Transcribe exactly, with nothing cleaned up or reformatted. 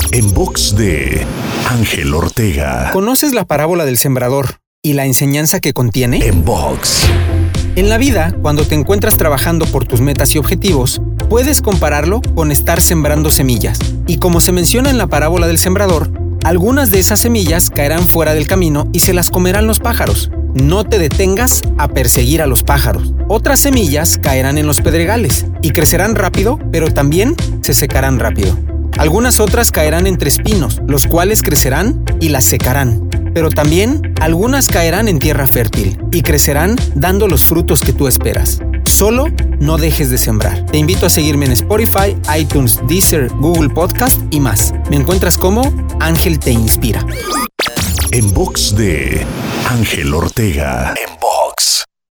En box de Ángel Ortega. ¿Conoces la parábola del sembrador y la enseñanza que contiene? En box. En la vida, cuando te encuentras trabajando por tus metas y objetivos, puedes compararlo con estar sembrando semillas. Y como se menciona en la parábola del sembrador, algunas de esas semillas caerán fuera del camino y se las comerán los pájaros. No te detengas a perseguir a los pájaros. Otras semillas caerán en los pedregales y crecerán rápido, pero también se secarán rápido. Algunas otras caerán entre espinos, los cuales crecerán y las secarán. Pero también algunas caerán en tierra fértil y crecerán dando los frutos que tú esperas. Solo no dejes de sembrar. Te invito a seguirme en Spotify, iTunes, Deezer, Google Podcast y más. Me encuentras como Ángel Te Inspira. En box de Ángel Ortega. En box.